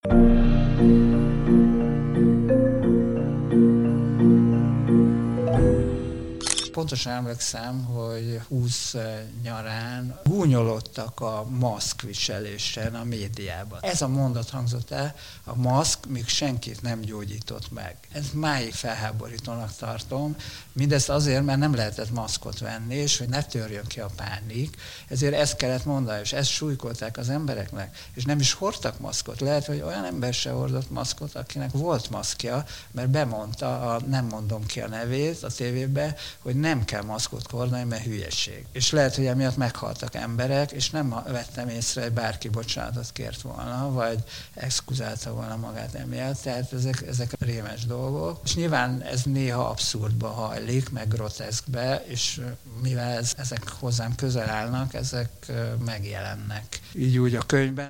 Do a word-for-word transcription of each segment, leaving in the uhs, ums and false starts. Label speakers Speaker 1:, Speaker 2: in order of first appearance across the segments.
Speaker 1: Pontosan emlékszem, hogy húsz nyarán gúnyolódtak a maszkviselésen a médiában. Ez a mondat hangzott el, a maszk még senkit nem gyógyított meg. Ez máig felháborítónak tartom, mindezt azért, mert nem lehetett maszkot venni, és hogy ne törjön ki a pánik, ezért ezt kellett mondani, és ezt súlykolták az embereknek, és nem is hordtak maszkot. Lehet, hogy olyan ember se hordott maszkot, akinek volt maszkja, mert bemondta, a, nem mondom ki a nevét a tévébe, hogy nem kell maszkot hordani, mert hülyeség. És lehet, hogy emiatt meghaltak emberek, és nem vettem észre, hogy bárki bocsánatot kért volna, vagy exkuzálta volna magát emiatt. Tehát ezek, ezek rémes dolgok. És nyilván ez néha abszurdba hajlik, meg groteszkbe, és mivel ez, ezek hozzám közel állnak, ezek megjelennek. Így úgy a könyvben.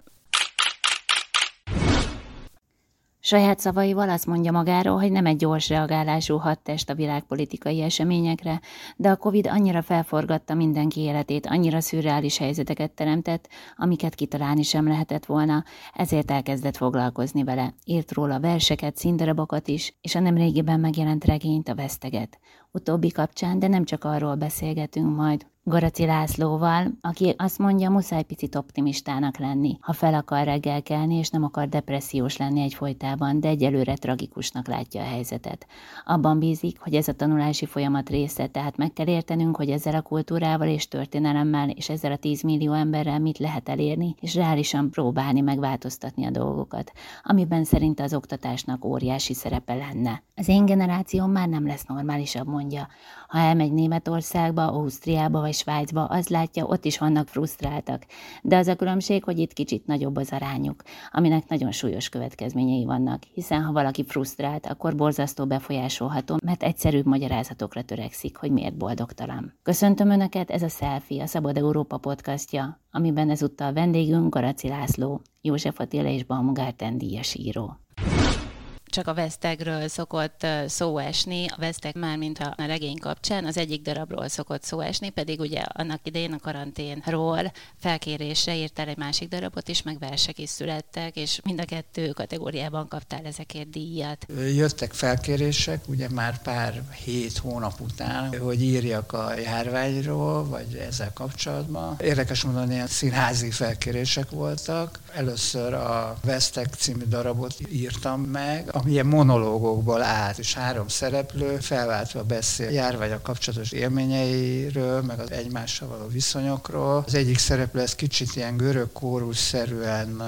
Speaker 2: Saját szavaival azt mondja magáról, hogy nem egy gyors reagálású hadtest a világpolitikai eseményekre, de a Covid annyira felforgatta mindenki életét, annyira szürreális helyzeteket teremtett, amiket kitalálni sem lehetett volna, ezért elkezdett foglalkozni vele. Írt róla verseket, színdarabokat is, és a nemrégiben megjelent regényt, a Veszteget. Utóbbi kapcsán, de nem csak arról beszélgetünk majd, Garaci Lászlóval, aki azt mondja, muszáj picit optimistának lenni, ha fel akar reggel kelni, és nem akar depressziós lenni egyfolytában, de egyelőre tragikusnak látja a helyzetet. Abban bízik, hogy ez a tanulási folyamat része, tehát meg kell értenünk, hogy ezzel a kultúrával és történelemmel, és ezzel a tíz millió emberrel mit lehet elérni, és reálisan próbálni megváltoztatni a dolgokat, amiben szerint az oktatásnak óriási szerepe lenne. Az én generációm már nem lesz normálisabb, mondja. Ha elmegy Németországba, Ausztriába vagy Svájcba, az látja, ott is vannak frusztráltak. De az a különbség, hogy itt kicsit nagyobb az arányuk, aminek nagyon súlyos következményei vannak, hiszen ha valaki frusztrált, akkor borzasztó befolyásolható, mert egyszerűbb magyarázatokra törekszik, hogy miért boldogtalan. Köszöntöm Önöket, ez a Selfie, a Szabad Európa podcastja, amiben ezúttal vendégünk Garaci László, József Attila és Baumgarten díjas író. Csak a Vesztegről szokott szó esni, a Veszteg már mint a regény kapcsán, az egyik darabról szokott szó esni, pedig ugye annak idején a karanténról felkérésre írtál egy másik darabot is, meg versek is születtek, és mind a kettő kategóriában kaptál ezekért díjat.
Speaker 1: Jöttek felkérések, ugye már pár hét hónap után, hogy írjak a járványról, vagy ezzel kapcsolatban. Érdekes módon ilyen színházi felkérések voltak. Először a Veszteg című darabot írtam meg, ami ilyen monológokból állt, és három szereplő felváltva beszél járvánnyal kapcsolatos élményeiről, meg az egymással való viszonyokról. Az egyik szereplő ez kicsit ilyen görög kórusszerűen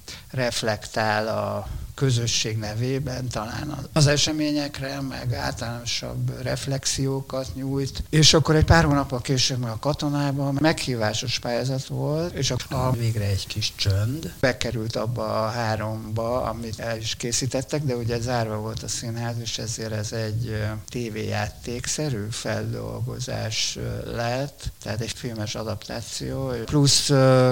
Speaker 1: reflektál a közösség nevében talán az eseményekre, meg általánosabb reflexiókat nyújt. És akkor egy pár hónappal később a Katonában meghívásos pályázat volt, és a végre egy kis csönd bekerült abba a háromba, amit el is készítettek, de ugye zárva volt a színház, és ezért ez egy tévéjátékszerű feldolgozás lett, tehát egy filmes adaptáció. Plusz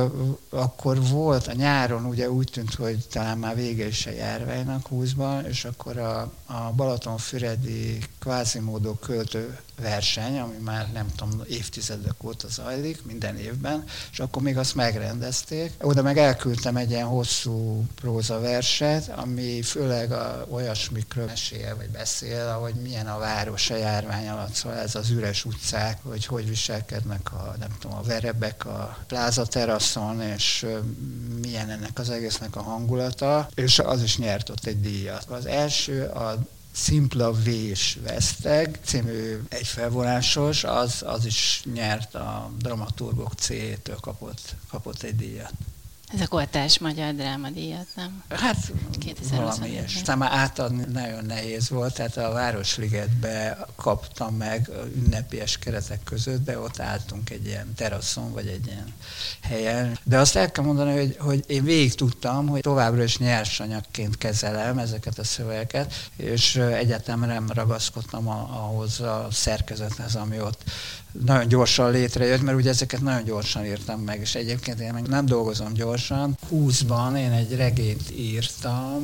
Speaker 1: akkor volt a nyáron, ugye úgy tűnt, hogy talán már vége is a járványnak húszban, és akkor a, a Balatonfüredi Quasimodo költő verseny, ami már nem tudom, évtizedek óta zajlik, minden évben, és akkor még azt megrendezték. Oda meg elküldtem egy ilyen hosszú prózaverset, ami főleg a, olyasmikről mesél, vagy beszél, ahogy milyen a város a járvány alatt, szóval ez az üres utcák, hogy hogy viselkednek a, nem tudom, a verebek a Pláza teraszon, és milyen ennek az egésznek a hangulata, és az is nyert ott egy díjat. Az első a Szimpla Vés Veszteg című egyfelvonásos, az, az is nyert a Dramaturgok C-től kapott, kapott egy díjat.
Speaker 2: Ez a kortárs magyar drámadíjat, nem?
Speaker 1: Hát valami ilyes. Aztán már átadni nagyon nehéz volt, tehát a Városligetbe kaptam meg ünnepélyes keretek között, de ott álltunk egy ilyen teraszon, vagy egy ilyen helyen. De azt el kell mondani, hogy, hogy én végig tudtam, hogy továbbra is nyersanyagként kezelem ezeket a szövegeket, és egyáltalán nem ragaszkodtam ahhoz a szerkezethez, ami ott nagyon gyorsan létrejött, mert ugye ezeket nagyon gyorsan írtam meg, és egyébként én meg nem dolgozom gyorsan. húszban én egy regényt írtam,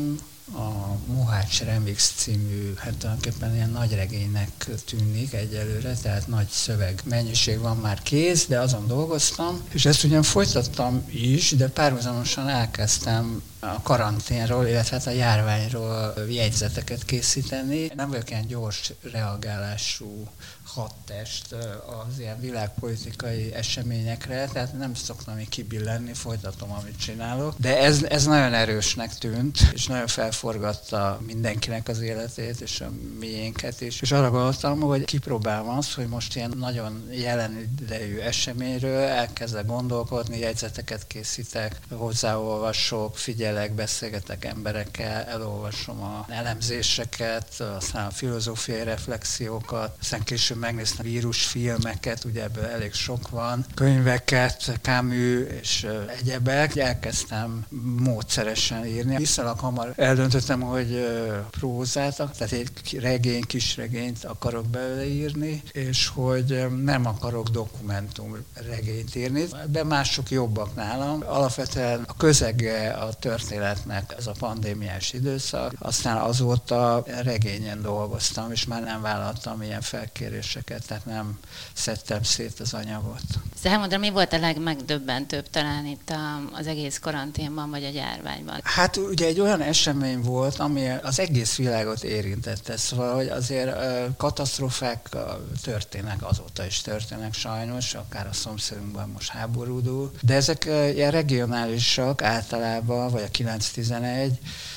Speaker 1: a Mohács Remix című, hát tulajdonképpen ilyen nagy regénynek tűnik egyelőre, tehát nagy szöveg mennyiség van már kész, de azon dolgoztam, és ezt ugyan folytattam is, de párhuzamosan elkezdtem a karanténról, illetve hát a járványról jegyzeteket készíteni. Nem vagyok ilyen gyors reagálású hadtest az ilyen világpolitikai eseményekre, tehát nem szoktam így kibillenni, folytatom, amit csinálok. De ez, ez nagyon erősnek tűnt, és nagyon felforgatta mindenkinek az életét, és a miénket is. És arra gondoltam, hogy kipróbálom azt, hogy most ilyen nagyon jelen idejű eseményről elkezdek gondolkodni, jegyzeteket készítek, hozzáolvasok, figyelek, beszélgetek emberekkel, elolvasom a elemzéseket, aztán a filozófiai reflexiókat, aztán később megnéztem vírusfilmeket, ugye ebből elég sok van, könyveket, Camus és egyebek. Elkezdtem módszeresen írni. Viszonylag hamar eldöntöttem, hogy prózát, tehát egy regény, kisregényt akarok belőle írni, és hogy nem akarok dokumentum regényt írni, de mások jobbak nálam. Alapvetően a közege a történetnek ez a pandémiás időszak, aztán azóta regényen dolgoztam, és már nem vállaltam ilyen felkéréseket, tehát nem szedtem szét az anyagot.
Speaker 2: Számodra mi volt a legmegdöbbentőbb talán itt az egész karanténban, vagy a járványban?
Speaker 1: Hát ugye egy olyan esemény volt, ami az egész világot érintette, szóval, hogy azért katasztrófák történnek, azóta is történnek sajnos, akár a szomszédunkban most háborúdul, de ezek ilyen regionálisak általában, vagy a kilenc tizenegy,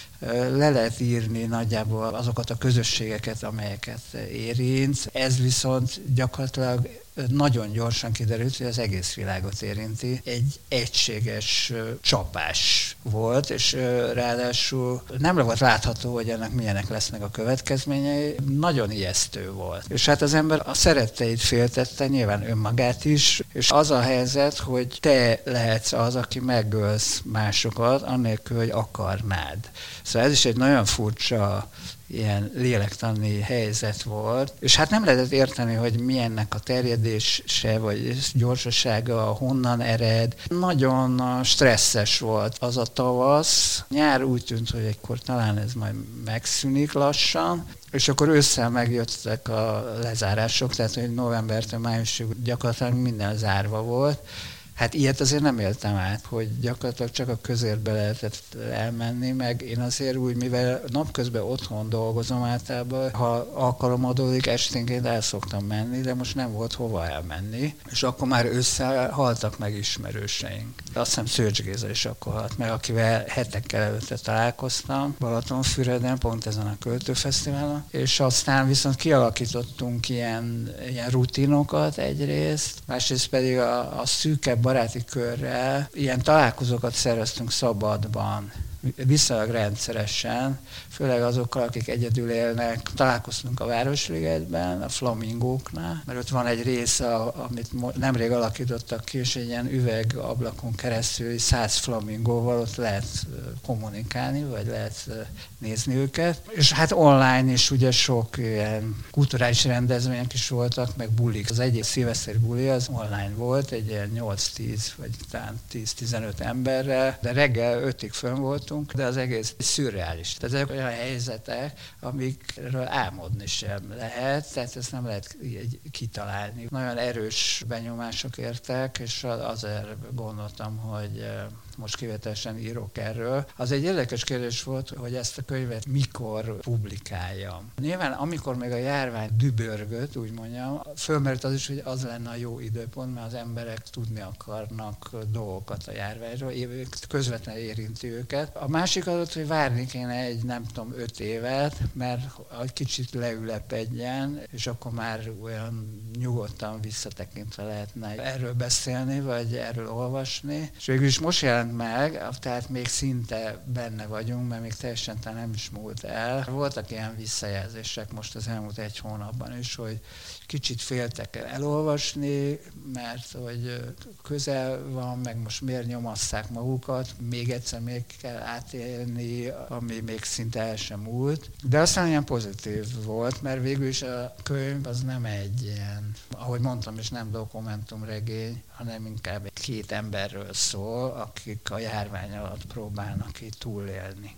Speaker 1: le lehet írni nagyjából azokat a közösségeket, amelyeket érint. Ez viszont gyakorlatilag nagyon gyorsan kiderült, hogy az egész világot érinti. Egy egységes csapás volt, és ráadásul nem volt látható, hogy ennek milyenek lesznek a következményei. Nagyon ijesztő volt. És hát az ember a szeretteit féltette, nyilván önmagát is, és az a helyzet, hogy te lehetsz az, aki megölsz másokat, annélkül, hogy akarnád. Szóval ez is egy nagyon furcsa ilyen lélektani helyzet volt, és hát nem lehetett érteni, hogy milyennek a terjedése, vagy gyorsasága, honnan ered. Nagyon stresszes volt az a tavasz. Nyár úgy tűnt, hogy egykor talán ez majd megszűnik lassan, és akkor ősszel megjöttek a lezárások, tehát hogy novembertől májusig gyakorlatilag minden zárva volt. Hát ilyet azért nem éltem át, hogy gyakorlatilag csak a közértbe lehetett elmenni, meg én azért úgy, mivel napközben otthon dolgozom általában, ha alkalom adódik, esténként el szoktam menni, de most nem volt hova elmenni, és akkor már ősszel haltak meg ismerőseink. Azt hiszem Szőcs Géza is akkor halt meg, akivel hetekkel előtte találkoztam Balatonfüreden, pont ezen a költőfesztiválon, és aztán viszont kialakítottunk ilyen, ilyen rutinokat egyrészt, másrészt pedig a, a szűkebb baráti körrel ilyen találkozókat szerveztünk szabadban, viszonylag rendszeresen, főleg azokkal, akik egyedül élnek. Találkoztunk a Városligetben, a flamingóknál, mert ott van egy része, amit nemrég alakítottak ki, és egy ilyen üvegablakon keresztül száz flamingóval ott lehet kommunikálni, vagy lehet nézni őket. És hát online is ugye sok ilyen kulturális rendezvények is voltak, meg bulik. Az egyik szilveszteri buli az online volt, egy ilyen nyolc-tíz, vagy talán tíz-tizenöt emberrel, de reggel ötig fönn voltunk, de az egész szürreális. Tehát ezek olyan helyzetek, amikről álmodni sem lehet, tehát ezt nem lehet kitalálni. Nagyon erős benyomások értek, és azért gondoltam, hogy most kivételesen írok erről. Az egy érdekes kérdés volt, hogy ezt a könyvet mikor publikáljam. Nyilván, amikor még a járvány dübörgött, úgy mondjam, fölmerült az is, hogy az lenne a jó időpont, mert az emberek tudni akarnak dolgokat a járványról, közvetlenül érinti őket. A másik az, hogy várni kéne egy, nem tudom, öt évet, mert egy kicsit leülepedjen, és akkor már olyan nyugodtan visszatekintve lehetne erről beszélni, vagy erről olvasni. És végül is most jelent meg, tehát még szinte benne vagyunk, mert még teljesen nem is múlt el. Voltak ilyen visszajelzések most az elmúlt egy hónapban is, hogy kicsit féltek el elolvasni, mert hogy közel van, meg most miért nyomasszák magukat, még egyszer még kell átélni, ami még szinte el sem múlt. De aztán ilyen pozitív volt, mert végül is a könyv az nem egy ilyen, ahogy mondtam is, nem dokumentumregény, hanem inkább két emberről szól, akik a járvány alatt próbálnak így túlélni.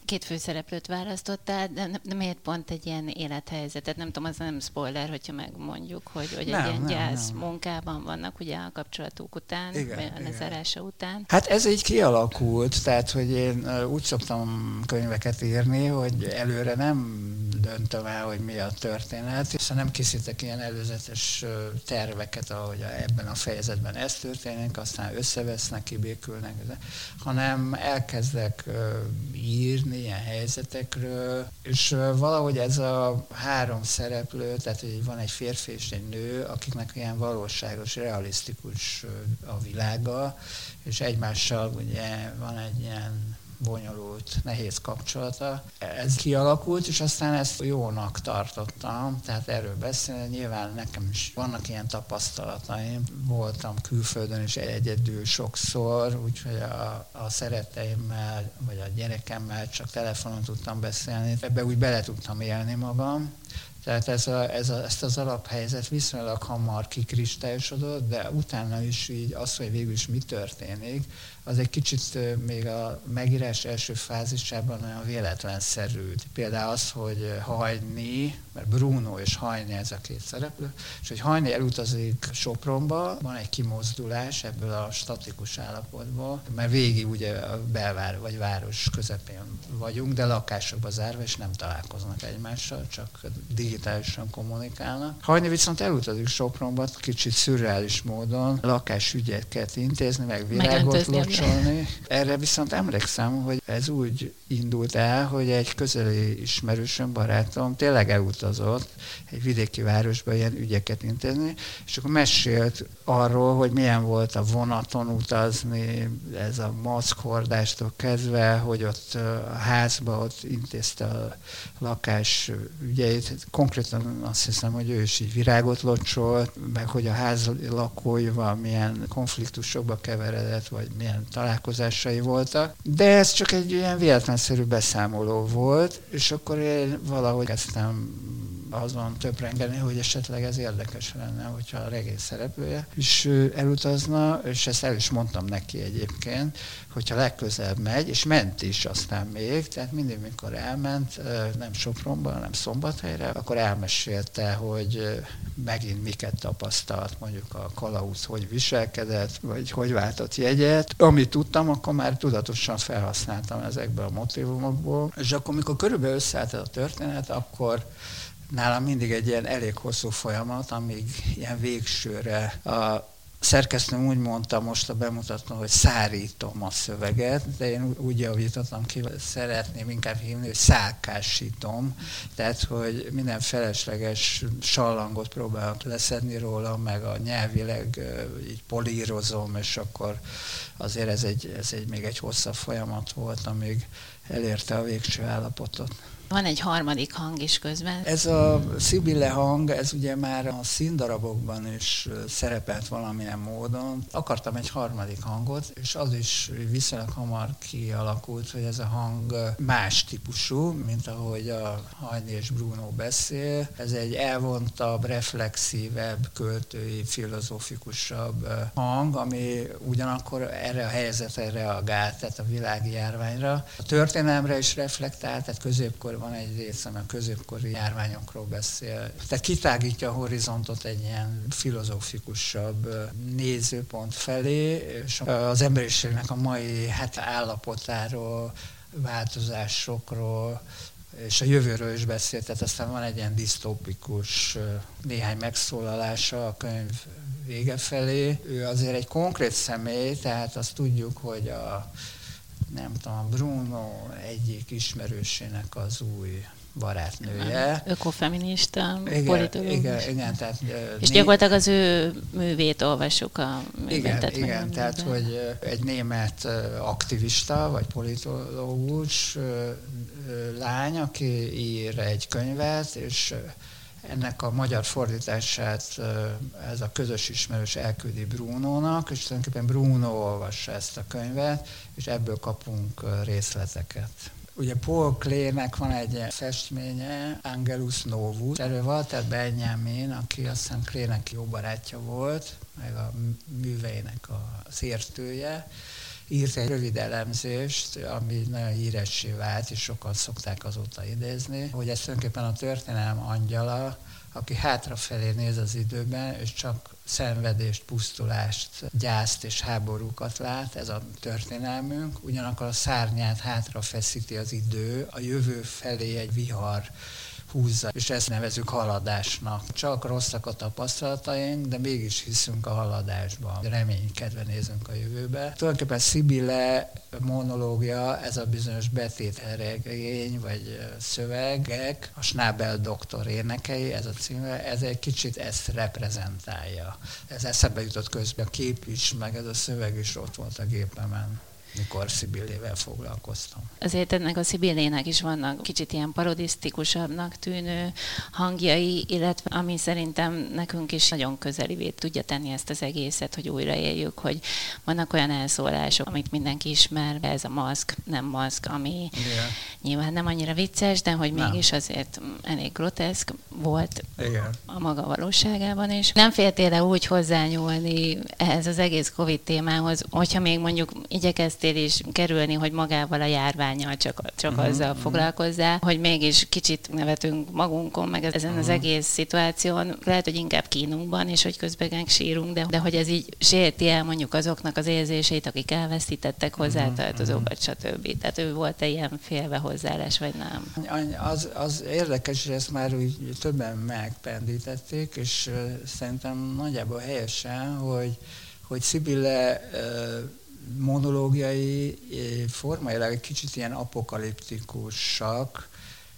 Speaker 2: Két főszereplőt választottál, de, de miért pont egy ilyen élethelyzetet? Nem tudom, az nem spoiler, hogyha megmondjuk, hogy, hogy
Speaker 1: nem,
Speaker 2: egy ilyen
Speaker 1: nem,
Speaker 2: gyász
Speaker 1: nem.
Speaker 2: munkában vannak ugye a kapcsolatuk után,
Speaker 1: Igen,
Speaker 2: vagy a lezárása után.
Speaker 1: Hát ez így kialakult, tehát hogy én úgy szoktam könyveket írni, hogy előre nem döntöm el, hogy mi a történet, hiszen nem készítek ilyen előzetes terveket, ahogy ebben a fejezetben ez történik, aztán összevesznek, kibékülnek, hanem elkezdek írni ilyen helyzetekről, és valahogy ez a három szereplő, tehát hogy van egy férfi és egy nő, akiknek ilyen valóságos, realisztikus a világa, és egymással ugye van egy ilyen bonyolult, nehéz kapcsolata. Ez kialakult, és aztán ezt jónak tartottam, tehát erről beszélni. Nyilván nekem is vannak ilyen tapasztalataim. Voltam külföldön is egyedül sokszor, úgyhogy a, a szeretteimmel, vagy a gyerekemmel csak telefonon tudtam beszélni. Ebbe úgy bele tudtam élni magam. Tehát ez a, ez a, ezt az alaphelyzet viszonylag hamar kikristályosodott, de utána is így az, hogy végül is mi történik, az egy kicsit még a megírás első fázisában olyan véletlenszerű. Például az, hogy Hajni, mert Bruno és Hajni ez a két szereplő, és hogy Hajni elutazik Sopronba, van egy kimozdulás ebből a statikus állapotból, mert végig ugye a belvár vagy város közepén vagyunk, de lakásokba zárva, és nem találkoznak egymással, csak digitálisan kommunikálnak. Hajni viszont elutazik Sopronba, kicsit szürreális módon lakásügyeket intézni, meg virágot locsolni. Erre viszont emlékszem, hogy ez úgy indult el, hogy egy közeli ismerősöm, barátom tényleg elutazott egy vidéki városba ilyen ügyeket intézni, és akkor mesélt arról, hogy milyen volt a vonaton utazni, ez a maszkhordástól kezdve, hogy ott a házba ott intézte a lakás ügyeit. Konkrétan azt hiszem, hogy ő is így virágot locsolt, meg hogy a ház lakóival milyen konfliktusokba keveredett, vagy milyen találkozásai voltak. De ez csak egy ilyen véletlenszerű beszámoló volt, és akkor én valahogy kezdtem azon töprengeni, hogy esetleg ez érdekes lenne, hogyha a regény szereplője is elutazna, és ezt el is mondtam neki egyébként, hogyha legközelebb megy, és ment is aztán még, tehát mindig, mikor elment, nem Sopronba, hanem Szombathelyre, akkor elmesélte, hogy megint miket tapasztalt, mondjuk a kalauz hogy viselkedett, vagy hogy váltott jegyet. Amit tudtam, akkor már tudatosan felhasználtam ezekből a motívumokból, és akkor, mikor körülbelül összeállt a történet, akkor nálam mindig egy ilyen elég hosszú folyamat, amíg ilyen végsőre a szerkesztőm úgy mondta most a bemutatón, hogy szárítom a szöveget, de én úgy javítottam ki, hogy szeretném inkább hívni, hogy szálkásítom, tehát hogy minden felesleges sallangot próbálok leszedni róla, meg a nyelvileg így polírozom, és akkor azért ez, egy, ez egy, még egy hosszabb folyamat volt, amíg elérte a végső állapotot.
Speaker 2: Van egy harmadik hang is közben.
Speaker 1: Ez a Szibille hang, ez ugye már a színdarabokban is szerepelt valamilyen módon. Akartam egy harmadik hangot, és az is viszonylag hamar kialakult, hogy ez a hang más típusú, mint ahogy a Hajni és Bruno beszél. Ez egy elvontabb, reflexívebb, költői, filozófikusabb hang, ami ugyanakkor erre a helyzetre reagált, tehát a világi járványra. A történelemre is reflektált, tehát középkor van egy rész, ami a középkori járványokról beszél. Tehát kitágítja a horizontot egy ilyen filozófikusabb nézőpont felé, és az emberiségnek a mai hát, állapotáról, változásokról, és a jövőről is beszélt, tehát aztán van egy ilyen disztópikus néhány megszólalása a könyv vége felé. Ő azért egy konkrét személy, tehát azt tudjuk, hogy a nem tudom, Bruno egyik ismerősének az új barátnője.
Speaker 2: Ökofeminista, politológus.
Speaker 1: Igen, igen, tehát...
Speaker 2: És né... gyakorlatilag az ő művét olvassuk a
Speaker 1: Igen, igen, igen tehát hogy egy német aktivista, vagy politológus lány, aki ír egy könyvet, és ennek a magyar fordítását ez a közös ismerős elküldi Brunónak, és tulajdonképpen Bruno olvassa ezt a könyvet, és ebből kapunk részleteket. Ugye Paul Klee-nek van egy festménye, Angelus Novus, erről Walter Benjamin, aki azt hiszem Klee-nek jó barátja volt, meg a műveinek az értője, írt egy rövid elemzést, ami nagyon híressé vált, és sokan szokták azóta idézni, hogy ez tulajdonképpen a történelem angyala, aki hátrafelé néz az időben, és csak szenvedést, pusztulást, gyászt és háborúkat lát, ez a történelmünk, ugyanakkor a szárnyát hátra feszíti az idő, a jövő felé egy vihar húzza, és ezt nevezzük haladásnak. Csak rosszak a tapasztalataink, de mégis hiszünk a haladásban. Reménykedve nézünk a jövőbe. Tulajdonképpen Szibille monológia, ez a bizonyos betétregény, vagy szövegek, a Schnabel doktor énekei, ez a címe, ez egy kicsit ezt reprezentálja. Ez eszembe jutott közben, a kép is, meg ez a szöveg is ott volt a gépemen, mikor Szibillével foglalkoztam.
Speaker 2: Azért ennek a Szibillének is vannak kicsit ilyen parodisztikusabbnak tűnő hangjai, illetve ami szerintem nekünk is nagyon közelivé tudja tenni ezt az egészet, hogy újraéljük, hogy vannak olyan elszólások, amit mindenki ismer, ez a maszk, nem maszk, ami igen. Nyilván nem annyira vicces, de hogy nem. Mégis azért elég groteszk volt igen. A maga valóságában is. Nem féltél úgy hozzányúlni ehhez az egész Covid témához, hogyha még mondjuk igyekeztél is kerülni, hogy magával a járvánnyal csak, csak uh-huh, azzal uh-huh. foglalkozzál, hogy mégis kicsit nevetünk magunkon, meg ezen uh-huh. az egész szituáción, lehet, hogy inkább kínunkban, és hogy közben sírunk, de, de hogy ez így sérti el mondjuk azoknak az érzéseit, akik elveszítettek hozzátartozókat, stb. Tehát ő volt-e ilyen félve hozzáállás, vagy nem?
Speaker 1: Az, az érdekes, hogy ezt már úgy többen megpendítették, és uh, szerintem nagyjából helyesen, hogy, hogy Szibille uh, monológiai formailag egy kicsit ilyen apokaliptikusak,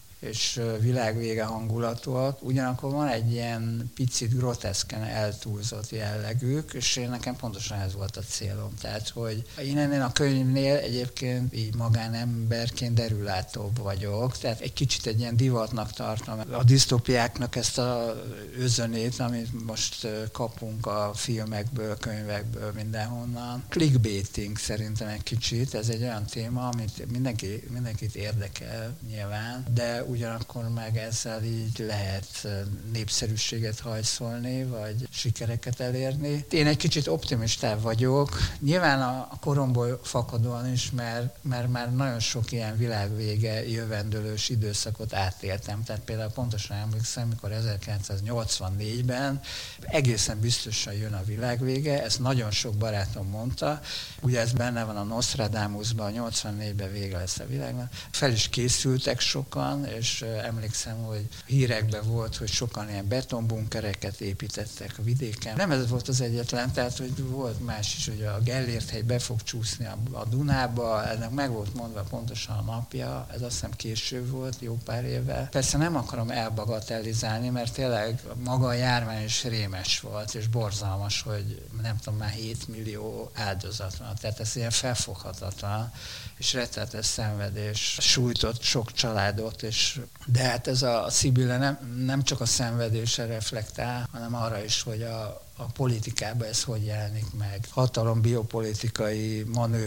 Speaker 1: és világvége hangulatúak, ugyanakkor van egy ilyen picit groteszken eltúlzott jellegük, és én nekem pontosan ez volt a célom. Tehát, hogy én ennél a könyvnél egyébként így magánemberként derülátóbb vagyok, tehát egy kicsit egy ilyen divatnak tartom a disztópiáknak ezt az özönét, amit most kapunk a filmekből, könyvekből, mindenhonnan. Clickbaiting szerintem egy kicsit, ez egy olyan téma, amit mindenki, mindenkit érdekel nyilván, de ugyanakkor meg ezzel így lehet népszerűséget hajszolni, vagy sikereket elérni. Én egy kicsit optimistább vagyok, nyilván a koromból fakadóan is, mert, mert már nagyon sok ilyen világvége jövendőlős időszakot átéltem. Tehát például pontosan emlékszem, mikor ezerkilencszáznyolcvannégyben egészen biztosan jön a világvége, ezt nagyon sok barátom mondta, ugye ez benne van a Nostradamusban, nyolcvannégyben vége lesz a világnak. Fel is készültek sokan, és emlékszem, hogy hírekben volt, hogy sokan ilyen betonbunkereket építettek a vidéken. Nem ez volt az egyetlen, tehát hogy volt más is, hogy a Gellért-hegy be fog csúszni a, a Dunába, ennek meg volt mondva pontosan a napja, ez azt hiszem később volt, jó pár évvel. Persze nem akarom elbagatelizálni, mert tényleg maga a járvány is rémes volt, és borzalmas, hogy nem tudom, már hét millió áldozat van, tehát ez ilyen felfoghatatlan, és rettenetes szenvedés sújtott sok családot, és de hát ez a Szibille nem, nem csak a szenvedésre reflektál, hanem arra is, hogy a, a politikában ez hogy jelenik meg. Hatalom biopolitikai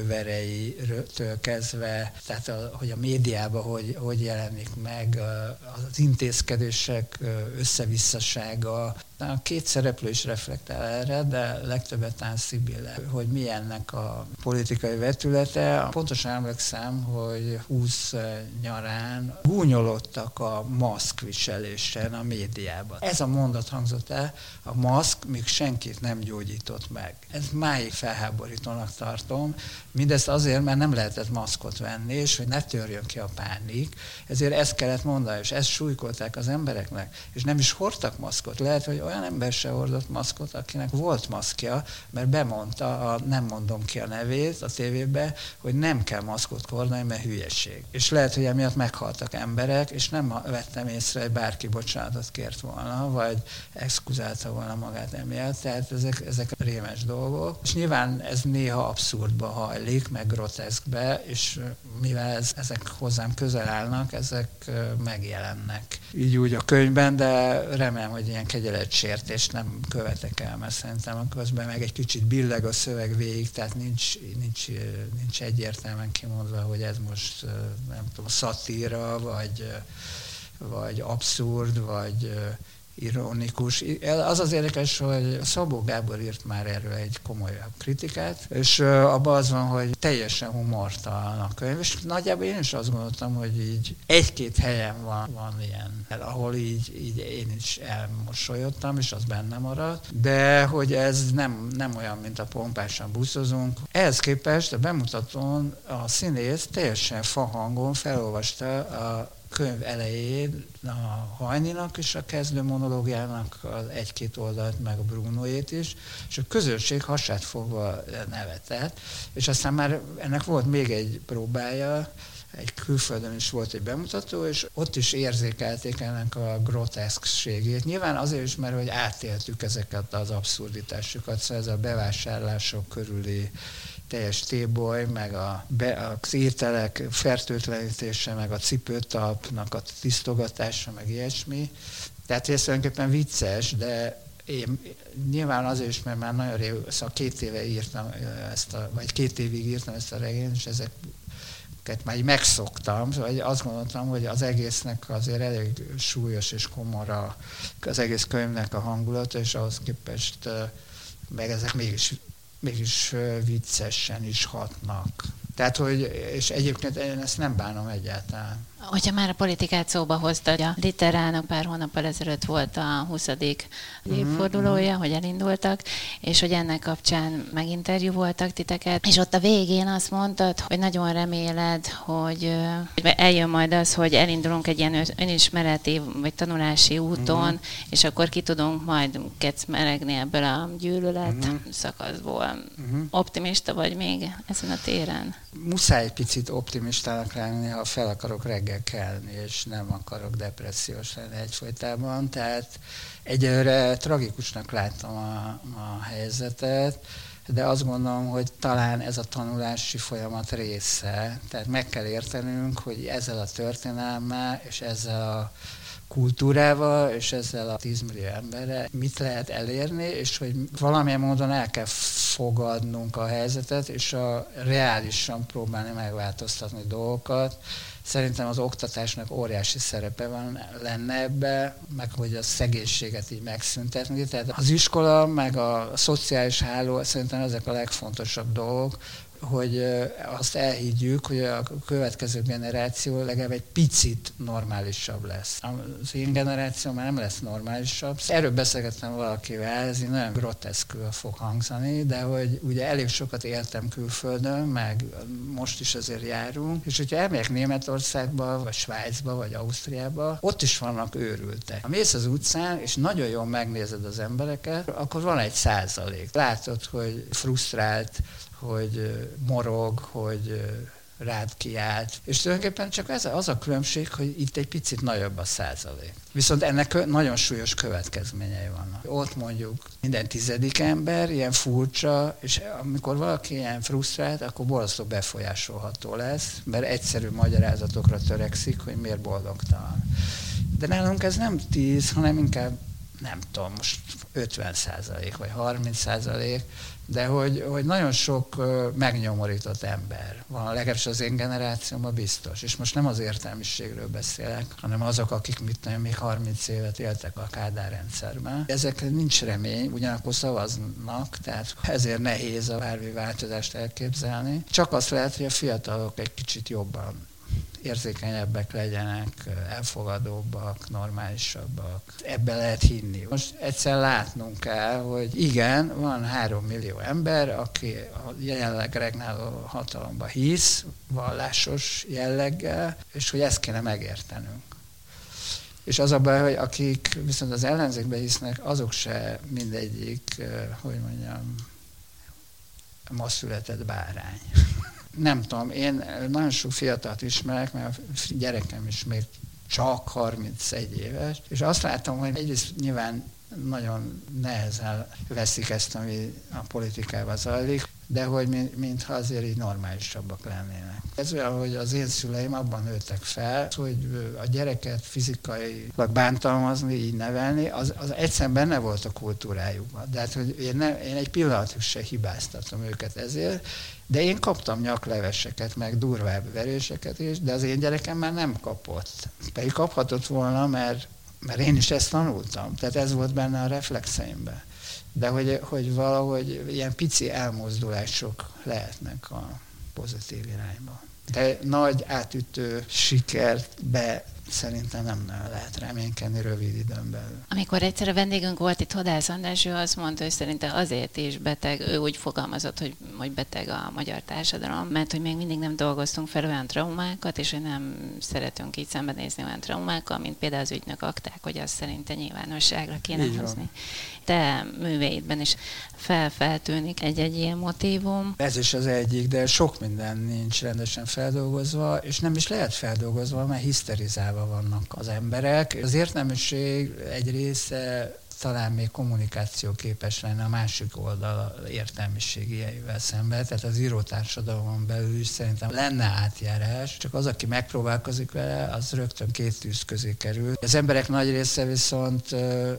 Speaker 1: manővereitől kezdve, tehát a, hogy a médiában hogy, hogy jelenik meg az intézkedések összevisszasága. A két szereplő is reflektál erre, de legtöbbet talán Szibille, hogy mi ennek a politikai vetülete. Pontosan emlékszem, hogy húsz nyarán gúnyolódtak a maszkviselésen a médiában. Ez a mondat hangzott el, a maszk még senkit nem gyógyított meg. Ez máig felháborítónak tartom, mindezt azért, mert nem lehetett maszkot venni, és hogy ne törjön ki a pánik, ezért ezt kellett mondani, és ezt súlykolták az embereknek, és nem is hordtak maszkot. Lehet, hogy olyan ember se hordott maszkot, akinek volt maszkja, mert bemondta, a, nem mondom ki a nevét a tévébe, hogy nem kell maszkot hordani, mert hülyeség. És lehet, hogy emiatt meghaltak emberek, és nem vettem észre, hogy bárki bocsánatot kért volna, vagy exkuzálta volna magát emiatt, tehát ezek, ezek rémes dolgok. És nyilván ez néha abszurdba hajlik, meg groteszkbe, és mivel ez, ezek hozzám közel állnak, ezek megjelennek. Így úgy a könyvben, de remélem, hogy ilyen kegyeletsértést nem követek el, mert szerintem közben meg egy kicsit billeg a szöveg végig, tehát nincs, nincs, nincs egyértelműen kimondva, hogy ez most nem tudom, szatíra, vagy, vagy abszurd, vagy ironikus. Az az érdekes, hogy Szabó Gábor írt már erről egy komolyabb kritikát, és abban az van, hogy teljesen humortalan a könyv, és nagyjából én is azt gondoltam, hogy így egy-két helyen van, van ilyen, ahol így, így én is elmosolyodtam, és az benne maradt, de hogy ez nem, nem olyan, mint a Pompásan buszozunk. Ehhez képest a bemutatón a színész teljesen fahangon felolvasta a könyv elején a Hajninak és a kezdő monológiának az egy-két oldalt, meg a Brunoét is, és a közönség hasát fogva nevetett, és aztán már ennek volt még egy próbája, egy külföldön is volt egy bemutató, és ott is érzékelték ennek a groteszkségét. Nyilván azért is, mert hogy átéltük ezeket az abszurditásokat, szóval ez a bevásárlások körüli teljes téboly, meg a be, az ételek fertőtlenítése, meg a cipőtalpnak a tisztogatása, meg ilyesmi. Tehát ez tulajdonképpen vicces, de én nyilván azért is, mert már nagyon rég, szóval két éve írtam ezt a, vagy két évig írtam ezt a regényt, és ezeket már így megszoktam, szóval azt gondoltam, hogy az egésznek azért elég súlyos és komora az egész könyvnek a hangulata, és ahhoz képest meg ezek mégis mégis viccesen is hatnak. Tehát, hogy, és egyébként én ezt nem bánom egyáltalán.
Speaker 2: Hogyha már a politikát szóba hoztad, a Literának pár hónappal ezelőtt volt a huszadik évfordulója, mm-hmm. hogy elindultak, és hogy ennek kapcsán meginterjú voltak titeket, és ott a végén azt mondtad, hogy nagyon reméled, hogy, hogy eljön majd az, hogy elindulunk egy ilyen önismereti vagy tanulási úton, mm-hmm. és akkor ki tudunk majd kecmeregni ebből a gyűlölet mm-hmm. szakaszból. Mm-hmm. Optimista vagy még ezen a téren?
Speaker 1: Muszáj egy picit optimistának lenni, ha fel akarok reggel kelni, és nem akarok depressziós lenni egyfolytában. Tehát egyelőre tragikusnak látom a, a helyzetet, de azt gondolom, hogy talán ez a tanulási folyamat része. Tehát meg kell értenünk, hogy ezzel a történelmmel és ezzel a kultúrával és ezzel a tízmillió emberrel mit lehet elérni, és hogy valamilyen módon el kell fogadnunk a helyzetet, és a reálisan próbálni megváltoztatni dolgokat. Szerintem az oktatásnak óriási szerepe van, lenne ebbe, meg hogy a szegénységet így megszüntetni. Tehát az iskola, meg a szociális háló, szerintem ezek a legfontosabb dolgok, hogy azt elhiggyük, hogy a következő generáció legalább egy picit normálisabb lesz. Az én generáció már nem lesz normálisabb. Erről beszélgettem valakivel, ez így nagyon groteszkül fog hangzani, de hogy ugye elég sokat éltem külföldön, meg most is azért járunk, és hogyha elmegyek Németországba, vagy Svájcba, vagy Ausztriába, ott is vannak őrültek. Ha mész az utcán, és nagyon jól megnézed az embereket, akkor van egy százalék. Látod, hogy frusztrált, hogy morog, hogy rád kiállt. És tulajdonképpen csak ez az a különbség, hogy itt egy picit nagyobb a százalék. Viszont ennek nagyon súlyos következményei vannak. Ott mondjuk minden tizedik ember ilyen furcsa, és amikor valaki ilyen frusztrált, akkor borzasztó befolyásolható lesz, mert egyszerű magyarázatokra törekszik, hogy miért boldogtalan. De nálunk ez nem tíz, hanem inkább nem tudom, most ötven százalék vagy harminc százalék, de hogy, hogy nagyon sok megnyomorított ember van, legalábbis az én generációmban biztos. És most nem az értelmiségről beszélek, hanem azok, akik mit tudom, még harminc évet éltek a Kádár rendszerben. Ezekre nincs remény, ugyanakkor szavaznak, tehát ezért nehéz a bármi változást elképzelni. Csak azt lehet, hogy a fiatalok egy kicsit jobban érzékenyebbek legyenek, elfogadóbbak, normálisabbak. Ebbe lehet hinni. Most egyszer látnunk kell, hogy igen, van három millió ember, aki a jelenleg regnáló hatalomba hisz, vallásos jelleggel, és hogy ezt kéne megértenünk. És az a baj, hogy akik viszont az ellenzékbe hisznek, azok se mindegyik, hogy mondjam, ma született bárány. Nem tudom, én nagyon sok fiatalt ismerek, mert a gyerekem is még csak harmincegy éves, és azt látom, hogy egyrészt nyilván nagyon nehezen veszik ezt, ami a politikában zajlik, de hogy mintha azért így normálisabbak lennének. Ez olyan, hogy az én szüleim abban nőttek fel, hogy a gyereket fizikailag bántalmazni, így nevelni, az, az egyszerűen benne volt a kultúrájukban. De hát, hogy én, ne, én egy pillanatig se hibáztatom őket ezért, de én kaptam nyakleveseket, meg durvább veréseket is, de az én gyerekem már nem kapott. Pedig kaphatott volna, mert mert én is ezt tanultam, tehát ez volt benne a reflexeimben. De hogy, hogy valahogy ilyen pici elmozdulások lehetnek a pozitív irányba. De nagy átütő sikerbe szerintem nem nagyon lehet reménykedni rövid időn belül.
Speaker 2: Amikor egyszer a vendégünk volt itt, Hodász András, ő azt mondta, hogy szerinte azért is beteg, ő úgy fogalmazott, hogy, hogy beteg a magyar társadalom, mert hogy még mindig nem dolgoztunk fel olyan traumákat, és hogy nem szeretünk így szembenézni olyan traumákkal, mint például az ügynök akták, hogy azt szerinte nyilvánosságra kéne hozni. Te műveidben is fel-feltűnik egy-egy ilyen motívum.
Speaker 1: Ez is az egyik, de sok minden nincs rendesen feldolgozva, és nem is lehet feldolgozva, mert hiszterizálva vannak az emberek. Az értelmiség egy része talán még kommunikációképes lenne a másik oldal értelmiségieivel szemben, tehát az írótársadalomon belül is szerintem lenne átjárás, csak az, aki megpróbálkozik vele, az rögtön két tűz közé kerül. Az emberek nagy része viszont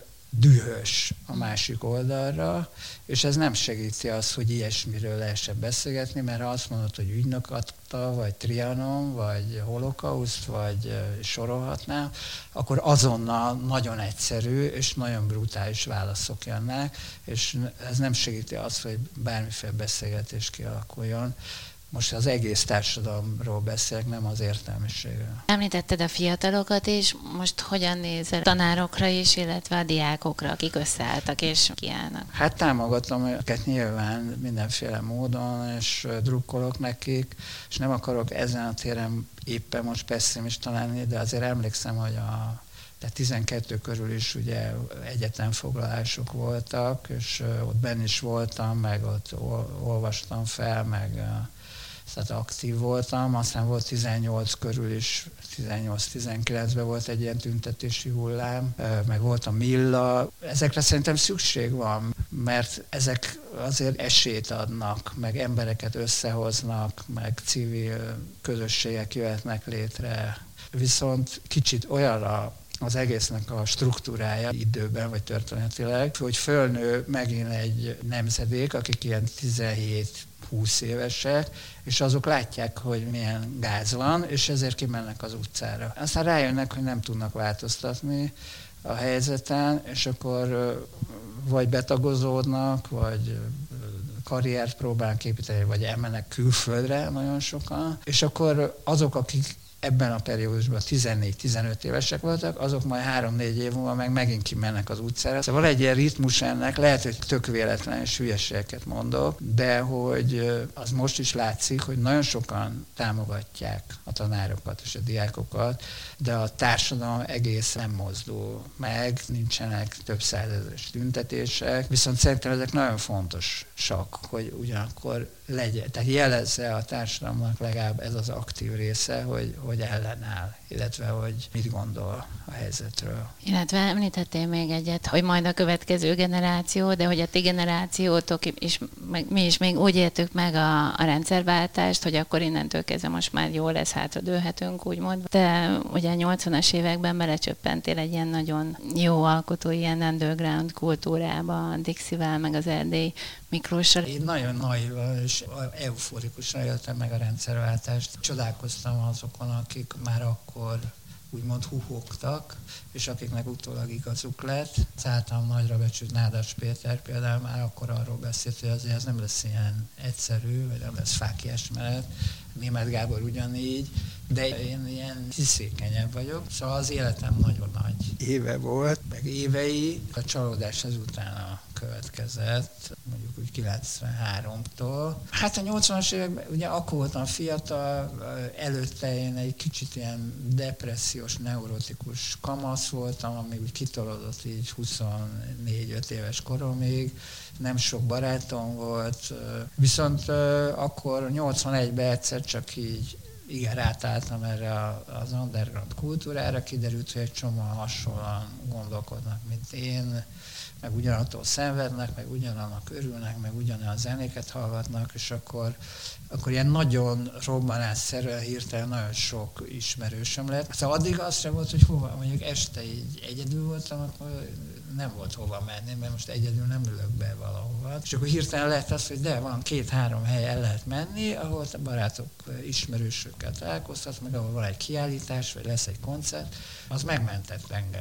Speaker 1: dühös a másik oldalra, és ez nem segíti azt, hogy ilyesmiről lehessen beszélgetni, mert ha azt mondod, hogy ügynök adta, vagy Trianon, vagy holokauszt, vagy sorolhatnám, akkor azonnal nagyon egyszerű és nagyon brutális válaszok jönnek, és ez nem segíti azt, hogy bármiféle beszélgetés kialakuljon. Most az egész társadalomról beszélek, nem az értelmiségről.
Speaker 2: Említetted a fiatalokat is, most hogyan nézel tanárokra is, illetve a diákokra, akik összeálltak és kiállnak?
Speaker 1: Hát támogatom őket nyilván mindenféle módon, és drukkolok nekik, és nem akarok ezen a téren éppen most pessimista lenni, de azért emlékszem, hogy a tehát tizenkettő körül is ugye egyetemfoglalások voltak, és ott benn is voltam, meg ott olvastam fel, meg tehát aktív voltam, aztán volt tizennyolc körül is, tizennyolc-tizenkilencben volt egy ilyen tüntetési hullám, meg volt a Milla. Ezekre szerintem szükség van, mert ezek azért esélyt adnak, meg embereket összehoznak, meg civil közösségek jöhetnek létre. Viszont kicsit olyanra az egésznek a struktúrája időben, vagy történetileg, hogy fölnő megint egy nemzedék, akik ilyen tizenhét-húsz évesek, és azok látják, hogy milyen gáz van, és ezért kimennek az utcára. Aztán rájönnek, hogy nem tudnak változtatni a helyzeten, és akkor vagy betagozódnak, vagy karriert próbálnak építeni, vagy elmennek külföldre nagyon sokan, és akkor azok, akik ebben a periódusban tizennégy-tizenöt évesek voltak, azok majd három-négy év múlva meg megint kimennek az utcára. Szóval van egy ilyen ritmus ennek, lehet, hogy tök véletlen és hülyeségeket mondok, de hogy az most is látszik, hogy nagyon sokan támogatják a tanárokat és a diákokat, de a társadalom egész nem mozdul meg, nincsenek több százezeres tüntetések, viszont szerintem ezek nagyon fontosak, hogy ugyanakkor legyen, tehát jelezze a társadalomnak legalább ez az aktív része, hogy, hogy ellenáll, illetve hogy mit gondol a helyzetről.
Speaker 2: Illetve említettél még egyet, hogy majd a következő generáció, de hogy a ti generációtok is, meg mi is még úgy éltük meg a, a rendszerváltást, hogy akkor innentől kezdve most már jól lesz, hátradőlhetünk, úgymond. De ugye a nyolcvanas években belecsöppentél egy ilyen nagyon jó alkotó, ilyen underground kultúrába, a Dixivel, meg az Erdély Miklóssal.
Speaker 1: Én nagyon naivan és euforikusan éltem meg a rendszerváltást. Csodálkoztam azokon, akik már akkor úgymond huhogtak, és akiknek utólag igazuk lett. Az általam nagyra becsült Nádas Péter például már akkor arról beszélt, hogy azért ez nem lesz ilyen egyszerű, vagy nem lesz fáklyás menet. Németh Gábor ugyanígy, de én ilyen hiszékenyebb vagyok. Szóval az életem nagyon nagy éve volt, meg évei. A csalódás ezután következett, mondjuk úgy kilencvenháromtól. Hát a nyolcvanas években, ugye akkor voltam fiatal, előtte én egy kicsit ilyen depressziós, neurotikus kamasz voltam, ami úgy kitolódott így huszonnégy-öt éves koromig. Nem sok barátom volt, viszont akkor nyolcvanegyben egyszer csak így igen, rátálltam erre az underground kultúrára, kiderült, hogy egy csomóan hasonlóan gondolkodnak, mint én, meg ugyanattól szenvednek, meg ugyanannak örülnek, meg ugyanolyan zenéket hallgatnak, és akkor, akkor ilyen nagyon robbanásszerűen hirtelen nagyon sok ismerősöm lett. Szóval addig az sem volt, hogy hova, mondjuk este így egyedül voltam, akkor nem volt hova menni, mert most egyedül nem ülök be valahova. És akkor hirtelen lett az, hogy de van két-három hely el lehet menni, ahol a barátok, ismerősökkel találkoztat, meg ahol van egy kiállítás, vagy lesz egy koncert, az megmentett engem.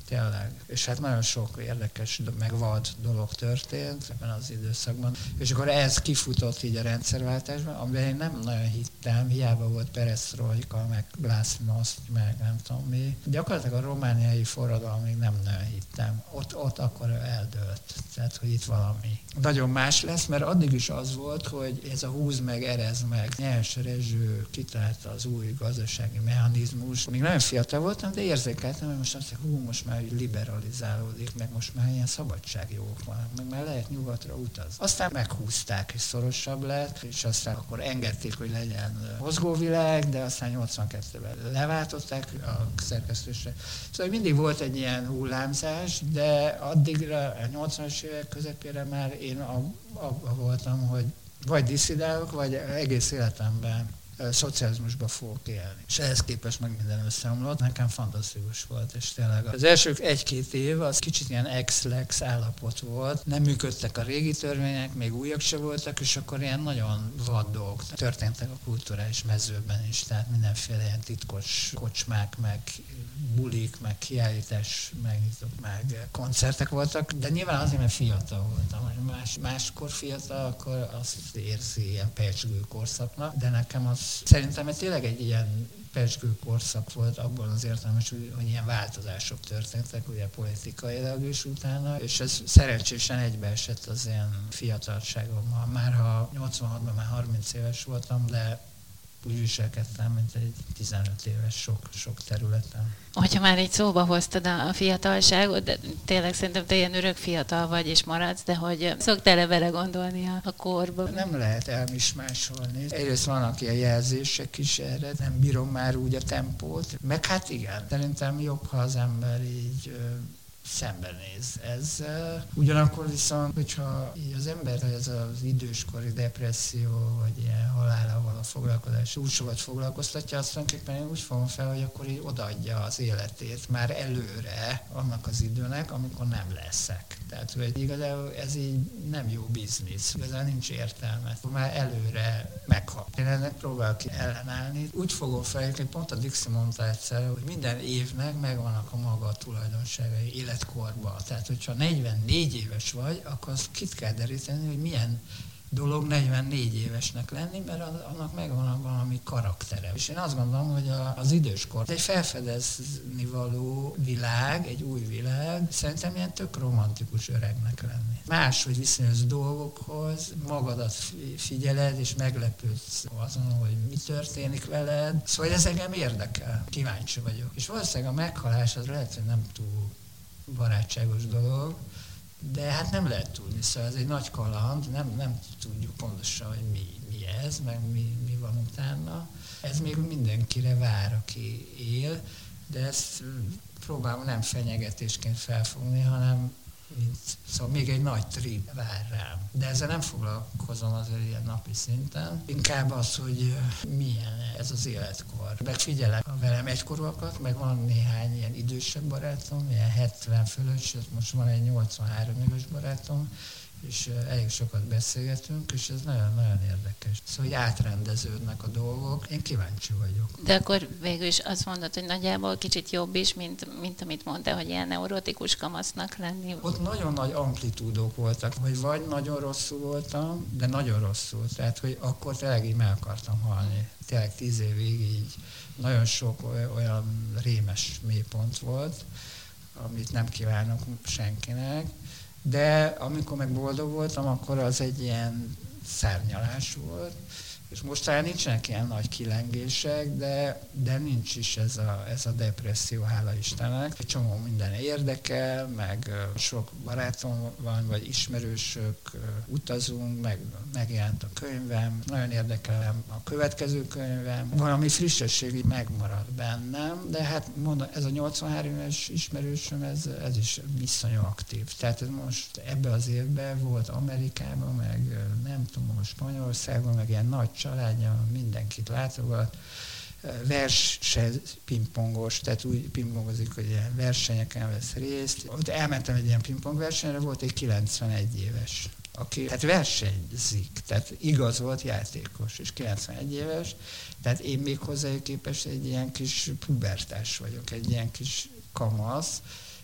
Speaker 1: tényleg. És hát nagyon sok érdekes, meg vad dolog történt ebben az időszakban. És akkor ez kifutott így a rendszerváltásban, amiben én nem nagyon hittem, hiába volt peresztrojka, meg glasnost, meg nem tudom mi. Gyakorlatilag a romániai forradalomig nem nagyon hittem. Ott, ott akkor eldőlt. Tehát, hogy itt valami nagyon más lesz, mert addig is az volt, hogy ez a húz meg, erez meg. Nyers Rezső kitalálta az új gazdasági mechanizmus. Még nagyon fiatal voltam, de érzékeltem, hogy most azt mondja, hú, most már liberalizálódik, meg most már ilyen szabadságjogok vannak, meg már lehet nyugatra utazni. Aztán meghúzták, és szorosabb lett, és aztán akkor engedték, hogy legyen mozgóvilág, de aztán nyolcvankettőben leváltották a szerkesztősre. Szóval mindig volt egy ilyen hullámzás, de addigra, a nyolcvanas évek közepére már én abban voltam, hogy vagy disszidálok, vagy egész életemben szocializmusba fogok élni. És ehhez képest meg minden összeomlott. Nekem fantasztikus volt, és tényleg az első egy-két év az kicsit ilyen ex-lex állapot volt. Nem működtek a régi törvények, még újak se voltak, és akkor ilyen nagyon vad dolgok történtek a kulturális mezőben is, tehát mindenféle ilyen titkos kocsmák, meg bulik, meg kiállítás, megnyitok, meg koncertek voltak, de nyilván azért, mert fiatal voltam. Más, máskor fiatal, akkor azt érzi ilyen pecsgő korszaknak, de nekem az szerintem ez tényleg egy ilyen pecsgő korszak volt abban az értelemben, hogy, hogy ilyen változások történtek, ugye politikailag is utána, és ez szerencsésen egybeesett az ilyen fiatalságommal. Már ha nyolcvanhatban már harminc éves voltam, de úgy viselkedtem, mint egy tizenöt éves sok, sok területen.
Speaker 2: Hogyha már egy szóba hoztad a fiatalságot, de tényleg szerintem te ilyen örök fiatal vagy és maradsz, de hogy szoktál-e vele gondolni a, a korba?
Speaker 1: Nem lehet elmismásolni. Egyrészt vannak ilyen jelzések is erre, nem bírom már úgy a tempót, meg hát igen, szerintem jobb, ha az ember így szembenéz ezzel. Ugyanakkor viszont, hogyha az ember, ez az időskori depresszió, vagy ilyen halállal való foglalkozás úgy sokat foglalkoztatja, azt tulajdonképpen én úgy fogom fel, hogy akkor így odaadja az életét már előre annak az időnek, amikor nem leszek. Tehát, hogy igazából ez így nem jó biznisz, igazán nincs értelme. Már előre meghal. Én ennek próbálok ellenállni. Úgy fogom fel, hogy pont a Dixi mondta egyszer, hogy minden évnek megvannak a maga tulajdonságai életkorban. Tehát, hogyha negyvennégy éves vagy, akkor azt kit kell deríteni, hogy milyen dolog negyvennégy évesnek lenni, mert annak megvan valami karaktere. És én azt gondolom, hogy az időskor egy felfedezni való világ, egy új világ, szerintem ilyen tök romantikus öregnek lenni. Máshogy viszonyulsz dolgokhoz, magadat figyeled, és meglepődsz azon, hogy mi történik veled. Szóval ez engem érdekel, kíváncsi vagyok. És valószínűleg a meghalás az lehet, hogy nem túl barátságos dolog, de hát nem lehet tudni, szóval ez egy nagy kaland, nem, nem tudjuk pontosan, hogy mi, mi ez, meg mi, mi van utána. Ez még mindenkire vár, aki él, de ezt próbálom nem fenyegetésként felfogni, hanem mint, szóval még egy nagy trip vár rám. De ezzel nem foglalkozom azért ilyen napi szinten. Inkább az, hogy milyen ez az életkor. Megfigyelek a velem egykorúakat, meg van néhány ilyen idősebb barátom, ilyen hetven fölött, sőt most van egy nyolcvanhárom éves barátom, és elég sokat beszélgetünk, és ez nagyon-nagyon érdekes. Szóval, hogy átrendeződnek a dolgok, én kíváncsi vagyok.
Speaker 2: De akkor végül is azt mondod, hogy nagyjából kicsit jobb is, mint, mint amit mondtál, hogy ilyen neurotikus kamasznak lenni.
Speaker 1: Ott nagyon nagy amplitúdók voltak, hogy vagy nagyon rosszul voltam, de nagyon rosszul. Tehát, hogy akkor tényleg így meg akartam halni. Tényleg tíz évig így nagyon sok olyan rémes mélypont volt, amit nem kívánok senkinek. De amikor meg boldog voltam, akkor az egy ilyen szárnyalás volt, és most talán nincsenek ilyen nagy kilengések, de, de nincs is ez a, ez a depresszió, hála Istennek. Egy csomó minden érdekel, meg sok barátom van, vagy ismerősök, utazunk, meg megjelent a könyvem, nagyon érdekel a következő könyvem. Valami frissesség így megmarad bennem, de hát mondom, ez a nyolcvanhárom éves ismerősöm, ez, ez is viszonylag aktív. Tehát ez most ebben az évben volt Amerikában, meg nem tudom, Spanyolországban, meg ilyen nagy családja, mindenkit látogat, verse pingpongos, tehát úgy pingpongozik, hogy ilyen versenyeken vesz részt. Ott elmentem egy ilyen pingpongversenyre, volt egy kilencvenegy éves, aki hát versenyzik, tehát igaz volt játékos, és kilencvenegy éves, tehát én még hozzájuk képest egy ilyen kis pubertás vagyok, egy ilyen kis kamasz,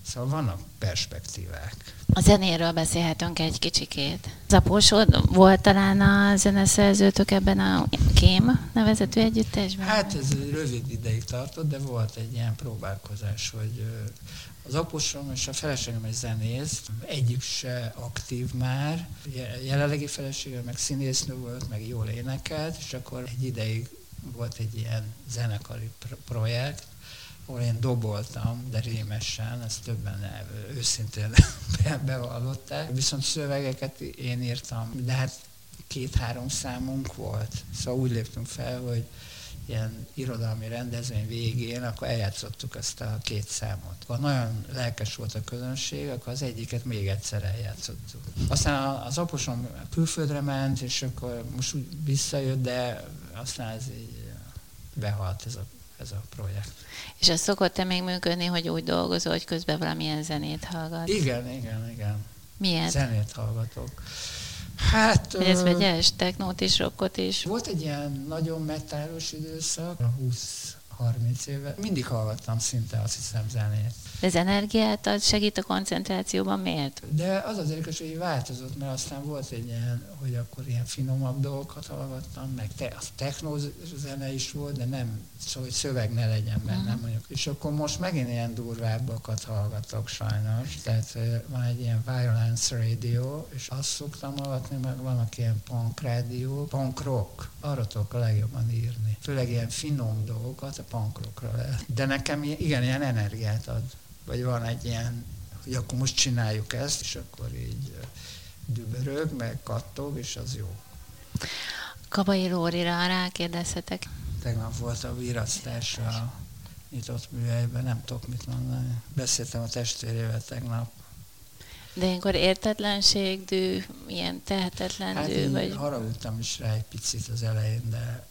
Speaker 1: Szóval vannak perspektívák.
Speaker 2: A zenéről beszélhetünk egy kicsikét. Zaposod volt talán a zeneszerzőtök ebben a Kém nevezetű együttesben?
Speaker 1: Hát ez rövid ideig tartott, de volt egy ilyen próbálkozás, hogy az apusom és a feleségem egy zenész, egyik se aktív már, jelenlegi felesége meg színésznő volt, meg jól énekelt, és akkor egy ideig volt egy ilyen zenekari projekt, ahol én doboltam, de rémesen, ezt többen őszintén bevallották. Viszont szövegeket én írtam, de hát két-három számunk volt. Szóval úgy léptünk fel, hogy ilyen irodalmi rendezvény végén, akkor eljátszottuk ezt a két számot. Ha nagyon lelkes volt a közönség, akkor az egyiket még egyszer eljátszottuk. Aztán az apusom külföldre ment, és akkor most úgy visszajött, de aztán ez így behalt ez a ez a projekt.
Speaker 2: És az szokott-e még működni, hogy úgy dolgozol, hogy közben valamilyen zenét hallgat?
Speaker 1: Igen, igen, igen.
Speaker 2: Miért?
Speaker 1: Zenét hallgatok. Hát...
Speaker 2: Hogy ez vegyes, technót is, rockot is?
Speaker 1: Volt egy ilyen nagyon metálos időszak, húsz-harminc éve. Mindig hallgattam szinte, azt hiszem, zenét.
Speaker 2: De ez energiát ad, segít a koncentrációban, miért?
Speaker 1: De az az érdekes, hogy változott, mert aztán volt egy ilyen, hogy akkor ilyen finomabb dolgokat hallgattam, meg te, a techno zene is volt, de nem, szóval, hogy szöveg ne legyen benne, uh-huh. mondjuk. És akkor most megint ilyen durvábbakat hallgatok sajnos, tehát van egy ilyen Violence Radio, és azt szoktam hallgatni, meg vannak ilyen punk rádió, punk rock, arra tudok a legjobban írni. Főleg ilyen finom dolgokat a punk rockra lehet. De nekem igen, ilyen energiát ad. Vagy van egy ilyen, hogy akkor most csináljuk ezt, és akkor így dübörög, meg kattog, és az jó.
Speaker 2: Kabai Lórira rákérdezhetek.
Speaker 1: Tegnap volt a virasztás a nyitott műhelyben, nem tudok mit mondani. Beszéltem a testvérével tegnap.
Speaker 2: De ilyenkor értetlenség, dű, ilyen tehetetlen
Speaker 1: hát
Speaker 2: dű, vagy...
Speaker 1: haragudtam is rá egy picit az elején, de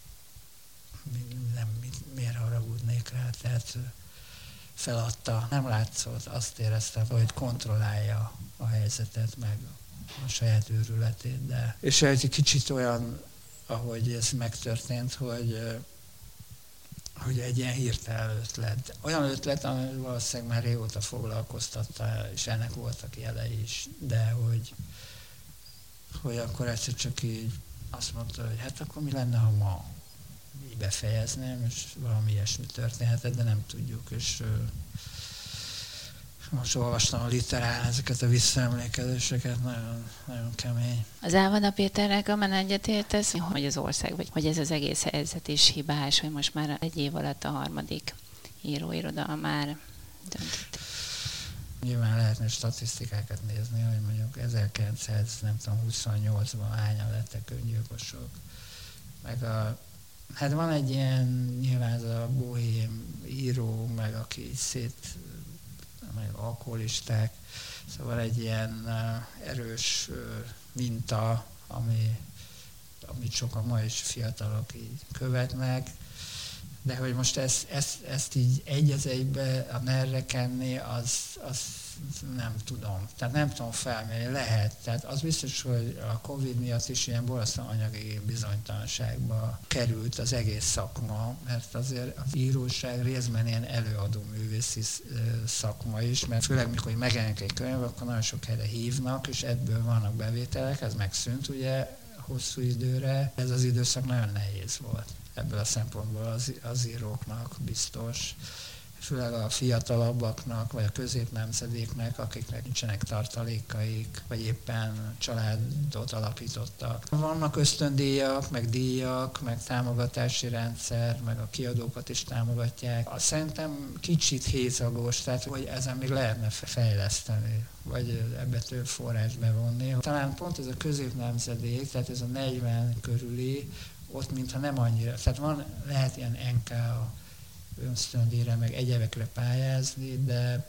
Speaker 1: nem, miért haragudnék rá, tehát feladta. Nem látszott, azt éreztem, hogy kontrollálja a helyzetet, meg a saját őrületét, de... És egy kicsit olyan, ahogy ez megtörtént, hogy, hogy egy ilyen hirtelen ötlet. Olyan ötlet, ami valószínűleg már régóta foglalkoztatta, és ennek voltak jelei is, de hogy, hogy akkor egyszer csak így azt mondta, hogy hát akkor mi lenne, ha ma így befejezném, és valami ilyesmi történhetett, de nem tudjuk, és most olvastam a literán ezeket a visszaemlékezéseket, nagyon, nagyon kemény.
Speaker 2: Az Ávada Péterrel abban egyetértesz, hogy az ország, vagy hogy ez az egész helyzet is hibás, hogy most már egy év alatt a harmadik íróirodal már döntött.
Speaker 1: Nyilván lehetne statisztikákat nézni, hogy mondjuk ezerkilencszázhuszonnyolcban hányan lettek öngyilkosok. Meg a, hát van egy ilyen, nyilván ez a bohém író, meg aki szét, meg alkoholisták, szóval egy ilyen erős minta, ami, amit sokan ma is fiatalok így követnek, de hogy most ezt, ezt, ezt így egy az egybe a merre kenni, az, az nem tudom. Tehát nem tudom felmérni, lehet. Tehát az biztos, hogy a Covid miatt is ilyen borzasztó anyagi bizonytalanságba került az egész szakma, mert azért az íróság részben ilyen előadó művészi szakma is, mert főleg mikor megjelenik egy könyv, akkor nagyon sok helyre hívnak, és ebből vannak bevételek, ez megszűnt ugye hosszú időre. Ez az időszak nagyon nehéz volt. Ebből a szempontból az, az íróknak biztos, főleg a fiatalabbaknak, vagy a középnemzedéknek, akiknek nincsenek tartalékaik, vagy éppen családot alapítottak. Vannak ösztöndíjak, meg díjak, meg támogatási rendszer, meg a kiadókat is támogatják. Azt szerintem kicsit hézagos, tehát hogy ezen még lehetne fejleszteni, vagy ebbe több forrás bevonni. Talán pont ez a középnemzedék, tehát ez a negyven körüli, ott mintha nem annyira, tehát van, lehet ilyen en ká ösztöndíjra, meg egyebekre pályázni, de,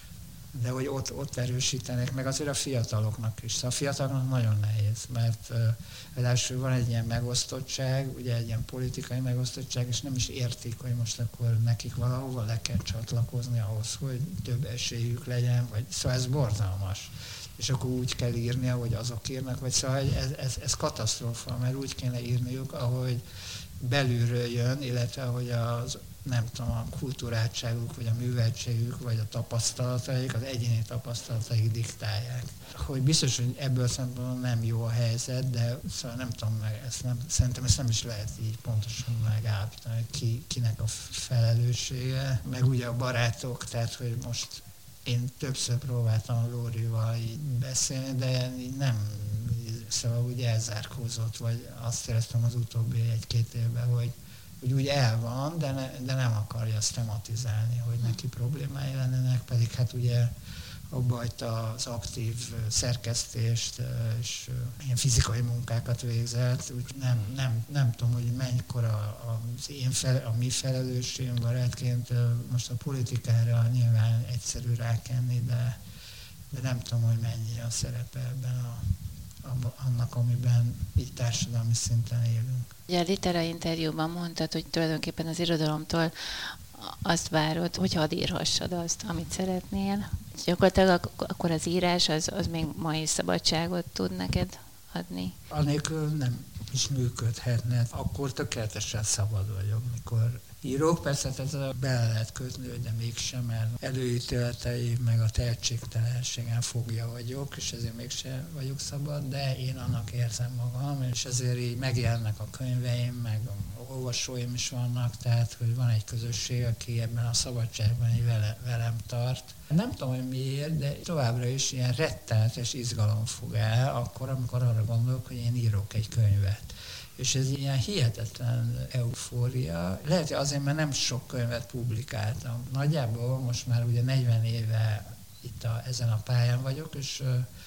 Speaker 1: de hogy ott, ott erősítenek, meg azért a fiataloknak is. Szóval a fiataloknak nagyon nehéz, mert ráadásul van egy ilyen megosztottság, ugye egy ilyen politikai megosztottság, és nem is értik, hogy most akkor nekik valahova le kell csatlakozni ahhoz, hogy több esélyük legyen, vagy szóval ez borzalmas. És akkor úgy kell írni, ahogy azok írnak, vagy szóval ez, ez, ez katasztrófa, mert úgy kéne írniuk, ahogy belülről jön, illetve ahogy az nem tudom, a kulturáltságuk, vagy a műveltségük, vagy a tapasztalataik, az egyéni tapasztalataik diktálják. Hogy biztos, hogy ebből szempontból nem jó a helyzet, de szóval nem tudom meg, ezt nem, szerintem ezt nem is lehet így pontosan megállapítani, ki, kinek a felelőssége, meg ugye a barátok, tehát hogy most én többször próbáltam a Lórival így beszélni, de így nem, szóval úgy elzárkózott, vagy azt éreztem az utóbbi egy-két évben, hogy hogy úgy el van, de, ne, de nem akarja azt tematizálni, hogy neki problémái lennének, pedig hát ugye abba hagyta az aktív szerkesztést és ilyen fizikai munkákat végzett, úgy nem, nem, nem tudom, hogy mennyikora az én fel, a mi felelősségem barátként most a politikára nyilván egyszerű rákenni, de, de nem tudom, hogy mennyi a szerepe ebben a annak, amiben így társadalmi szinten élünk.
Speaker 2: Ugye a Litera interjúban mondtad, hogy tulajdonképpen az irodalomtól azt várod, hogy hadd írhassad azt, amit szeretnél. Gyakorlatilag akkor az írás az, az még mai szabadságot tud neked adni.
Speaker 1: Anélkül nem is működhetne. Akkor tökéletesen szabad vagyok, mikor írok. Persze ez bele lehet kötni, de mégsem, mert előítéletei meg a tehetségtelenségen fogja vagyok, és ezért mégsem vagyok szabad, de én annak érzem magam, és ezért így megjelennek a könyveim, meg olvasóim is vannak, tehát hogy van egy közösség, aki ebben a szabadságban így vele, velem tart. Nem tudom, hogy miért, de továbbra is ilyen rettenetes izgalom fog el, akkor, amikor arra gondolok, hogy én írok egy könyvet. És ez ilyen hihetetlen eufória. Lehet, hogy azért, mert nem sok könyvet publikáltam. Nagyjából most már ugye negyven éve itt a, ezen a pályán vagyok, és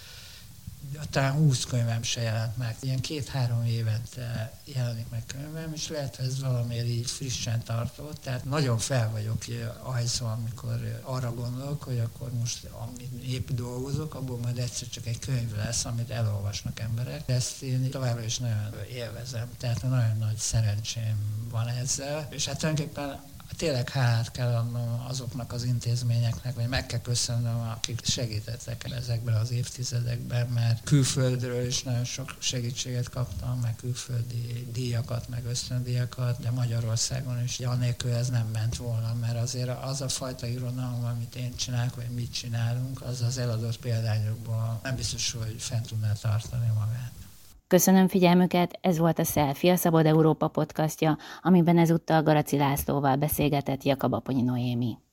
Speaker 1: uh, talán húsz könyvem se jelent meg. Ilyen két-három évente jelenik meg könyvem, és lehet, hogy ez valamiért így frissen tartott. Tehát nagyon fel vagyok ajzva, amikor arra gondolok, hogy akkor most, amit épp dolgozok, abból majd egyszer csak egy könyv lesz, amit elolvasnak emberek. De ezt én továbbra is nagyon élvezem, tehát nagyon nagy szerencsém van ezzel. És hát tulajdonképpen tényleg hálát kell adnom azoknak az intézményeknek, vagy meg kell köszönnöm, akik segítettek ezekben az évtizedekben, mert külföldről is nagyon sok segítséget kaptam, meg külföldi díjakat, meg ösztöndíjakat, de Magyarországon is anélkül ez nem ment volna, mert azért az a fajta irodalom, amit én csinálok, vagy mit csinálunk, az az eladott példányokból nem biztos, hogy fent tudná tartani magát.
Speaker 2: Köszönöm figyelmüket, ez volt a Selfie, a Szabad Európa podcastja, amiben ezúttal Garaci Lászlóval beszélgetett Jakab Aponyi Noémi.